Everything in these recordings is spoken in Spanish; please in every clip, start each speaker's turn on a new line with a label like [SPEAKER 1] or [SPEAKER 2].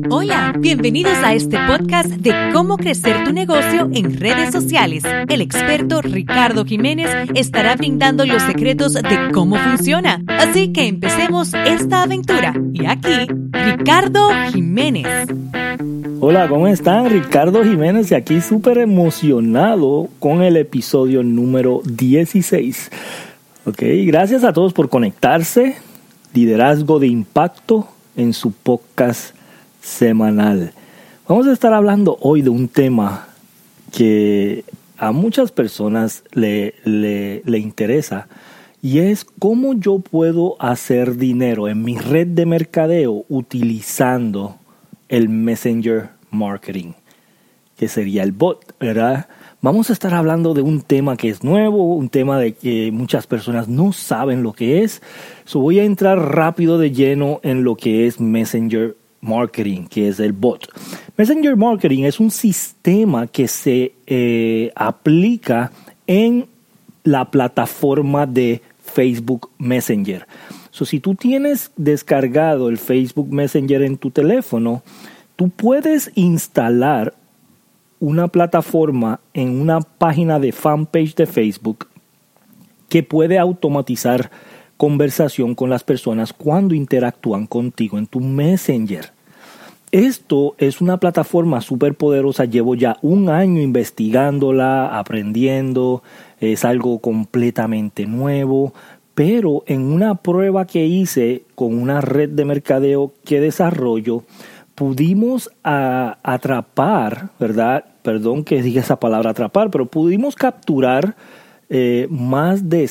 [SPEAKER 1] Hola, bienvenidos a este podcast de cómo crecer tu negocio en redes sociales. El experto Ricardo Jiménez estará brindando los secretos de cómo funciona. Así que empecemos esta aventura. Y aquí, Ricardo Jiménez.
[SPEAKER 2] Hola, ¿cómo están? Ricardo Jiménez y aquí súper emocionado con el episodio número 16. Ok, gracias a todos por conectarse. Liderazgo de impacto en su podcast semanal. Vamos a estar hablando hoy de un tema que a muchas personas le interesa y es cómo yo puedo hacer dinero en mi red de mercadeo utilizando el Messenger Marketing, que sería el bot, ¿verdad? Vamos a estar hablando de un tema que es nuevo, un tema de que muchas personas no saben lo que es. Voy a entrar rápido de lleno en lo que es Messenger Marketing, que es el bot. Messenger Marketing es un sistema que se aplica en la plataforma de Facebook Messenger. Si tú tienes descargado el Facebook Messenger en tu teléfono, tú puedes instalar una plataforma en una página de fanpage de Facebook que puede automatizar conversación con las personas cuando interactúan contigo en tu Messenger. Esto es una plataforma súper poderosa. Llevo ya un año investigándola, aprendiendo. Es algo completamente nuevo. Pero en una prueba que hice con una red de mercadeo que desarrollo, pudimos atrapar, ¿verdad? Perdón que diga esa palabra atrapar, pero pudimos capturar más de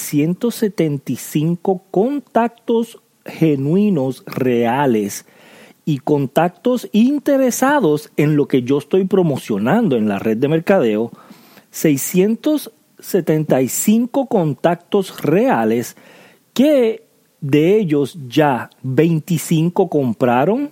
[SPEAKER 2] 675 contactos genuinos, reales y contactos interesados en lo que yo estoy promocionando en la red de mercadeo. 675 contactos reales que de ellos ya 25 compraron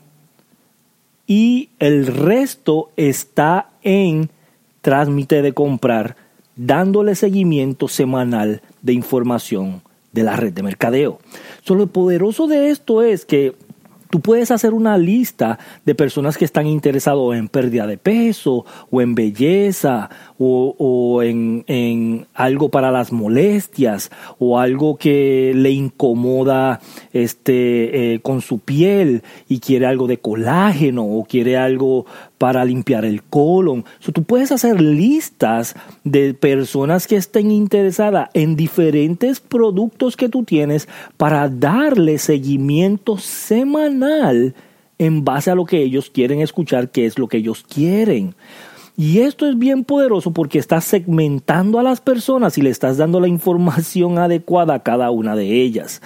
[SPEAKER 2] y el resto está en trámite de comprar, dándole seguimiento semanal de información de la red de mercadeo. Lo poderoso de esto es que tú puedes hacer una lista de personas que están interesados en pérdida de peso o en belleza o en algo para las molestias o algo que le incomoda con su piel y quiere algo de colágeno o quiere algo para limpiar el colon. Tú puedes hacer listas de personas que estén interesadas en diferentes productos que tú tienes para darle seguimiento semanal en base a lo que ellos quieren escuchar, que es lo que ellos quieren. Y esto es bien poderoso porque estás segmentando a las personas y le estás dando la información adecuada a cada una de ellas.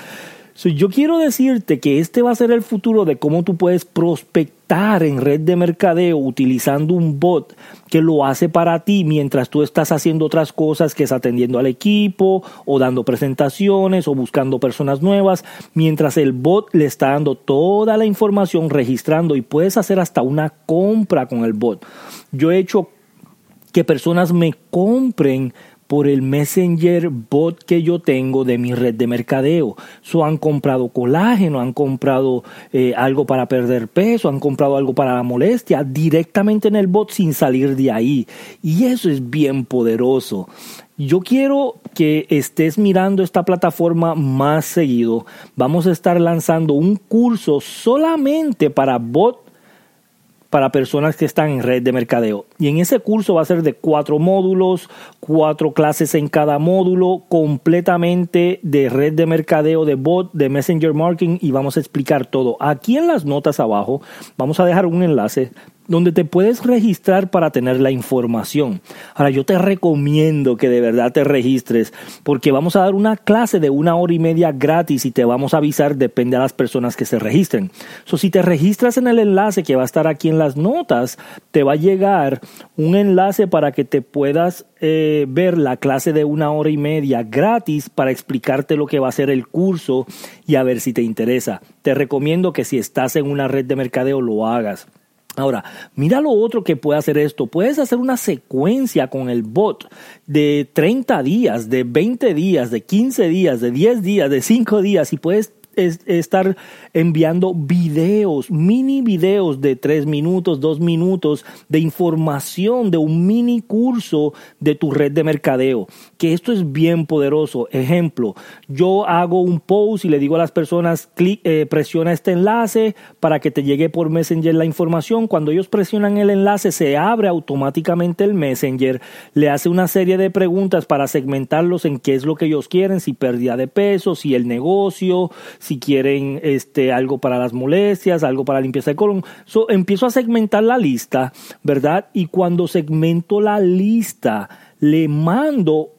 [SPEAKER 2] Yo quiero decirte que este va a ser el futuro de cómo tú puedes prospectar en red de mercadeo utilizando un bot que lo hace para ti mientras tú estás haciendo otras cosas, que es atendiendo al equipo o dando presentaciones o buscando personas nuevas, mientras el bot le está dando toda la información, registrando, y puedes hacer hasta una compra con el bot. Yo he hecho que personas me compren por el Messenger bot que yo tengo de mi red de mercadeo. Han comprado colágeno, han comprado algo para perder peso, han comprado algo para la molestia directamente en el bot sin salir de ahí. Y eso es bien poderoso. Yo quiero que estés mirando esta plataforma más seguido. Vamos a estar lanzando un curso solamente para bot, para personas que están en red de mercadeo. Y en ese curso va a ser de 4 módulos, 4 clases en cada módulo, completamente de red de mercadeo, de bot, de Messenger Marketing, y vamos a explicar todo. Aquí en las notas abajo vamos a dejar un enlace donde te puedes registrar para tener la información. Ahora, yo te recomiendo que de verdad te registres porque vamos a dar una clase de 1 hora y media gratis y te vamos a avisar, depende de las personas que se registren. Si te registras en el enlace que va a estar aquí en las notas, te va a llegar un enlace para que te puedas ver la clase de 1 hora y media gratis para explicarte lo que va a ser el curso y a ver si te interesa. Te recomiendo que si estás en una red de mercadeo lo hagas. Ahora, mira lo otro que puede hacer esto. Puedes hacer una secuencia con el bot de 30 días, de 20 días, de 15 días, de 10 días, de 5 días y puedes estar enviando videos, mini videos de 3 minutos, 2 minutos de información de un mini curso de tu red de mercadeo, que esto es bien poderoso. Ejemplo, yo hago un post y le digo a las personas, presiona este enlace para que te llegue por Messenger la información. Cuando ellos presionan el enlace, se abre automáticamente el Messenger, le hace una serie de preguntas para segmentarlos en qué es lo que ellos quieren, si pérdida de peso, si el negocio, si quieren algo para las molestias, algo para limpieza de colon. Empiezo a segmentar la lista, ¿verdad? Y cuando segmento la lista, le mando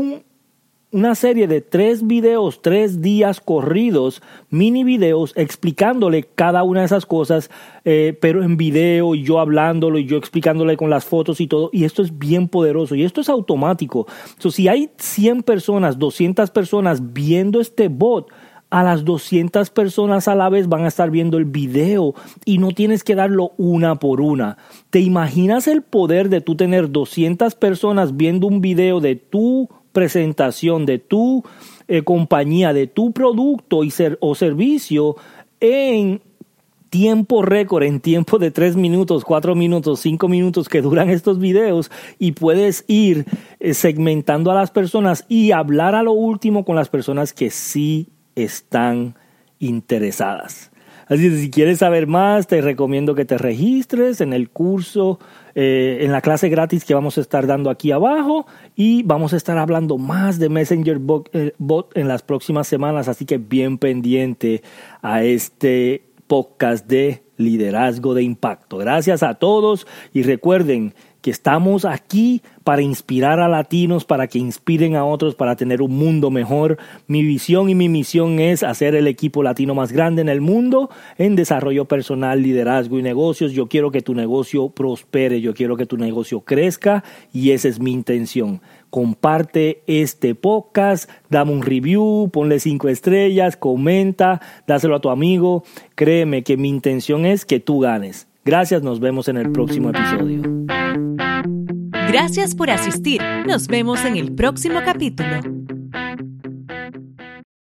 [SPEAKER 2] una serie de 3 videos, 3 días corridos, mini videos, explicándole cada una de esas cosas, pero en video, y yo hablándolo, y yo explicándole con las fotos y todo, y esto es bien poderoso, y esto es automático. Si hay 100 personas, 200 personas viendo este bot, a las 200 personas a la vez van a estar viendo el video y no tienes que darlo una por una. ¿Te imaginas el poder de tú tener 200 personas viendo un video de tu presentación, de tu compañía, de tu producto o servicio en tiempo récord, en tiempo de 3 minutos, 4 minutos, 5 minutos que duran estos videos, y puedes ir segmentando a las personas y hablar a lo último con las personas que sí están interesadas? Así que si quieres saber más, te recomiendo que te registres en el curso, en la clase gratis que vamos a estar dando aquí abajo, y vamos a estar hablando más de Messenger Bot en las próximas semanas, así que bien pendiente a este podcast de liderazgo de impacto. Gracias a todos, y recuerden que estamos aquí para inspirar a latinos, para que inspiren a otros, para tener un mundo mejor. Mi visión y mi misión es hacer el equipo latino más grande en el mundo en desarrollo personal, liderazgo y negocios. Yo quiero que tu negocio prospere, yo quiero que tu negocio crezca, y esa es mi intención. Comparte este podcast, dame un review, ponle 5 estrellas, comenta, dáselo a tu amigo. Créeme que mi intención es que tú ganes. Gracias, nos vemos en el próximo episodio.
[SPEAKER 1] Gracias por asistir. Nos vemos en el próximo capítulo.